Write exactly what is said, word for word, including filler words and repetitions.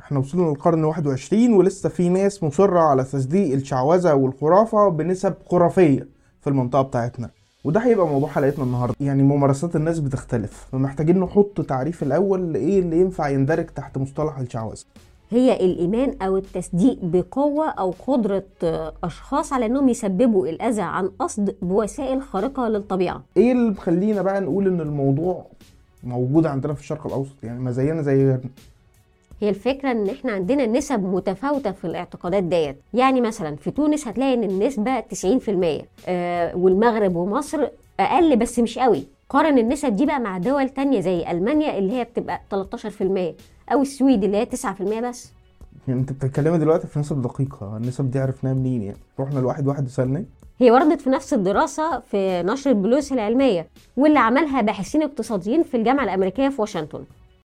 احنا وصلنا للقرن الواحد وعشرين ولسه في ناس مصرة على تصديق الشعوذة والخرافة بنسب خرافية في المنطقة بتاعتنا، وده هيبقى موضوع حلقتنا النهاردة. يعني ممارسات الناس بتختلف، فمحتاجين نحط تعريف الأول لإيه اللي ينفع يندرج تحت مصطلح الشعوذة. هي الإيمان أو التصديق بقوة أو قدرة أشخاص على أنهم يسببوا الأذى عن قصد بوسائل خارقة للطبيعة. إيه اللي مخلينا بقى نقول إن الموضوع موجود عندنا في الشرق الأوسط، يعني ما زينا زي غيرنا؟ هي الفكرة ان احنا عندنا نسب متفاوتة في الاعتقادات ديت. يعني مثلا في تونس هتلاقي ان النسبة تسعين في المية، آه والمغرب ومصر اقل بس مش قوي. قارن النسب دي بقى مع دول تانية زي ألمانيا اللي هي بتبقى تلتاشر في المية، او السويد اللي هي تسعة في المية بس. يعني انت بتتكلمي دلوقتي في نسب دقيقة، النسب دي عرفناها منين؟ يعني رحنا لواحد واحد وسألناه؟ هي وردت في نفس الدراسة في نشر البلوث العلمية، واللي عملها باحثين اقتصاديين في الجامعة الأمريكية في واشنطن.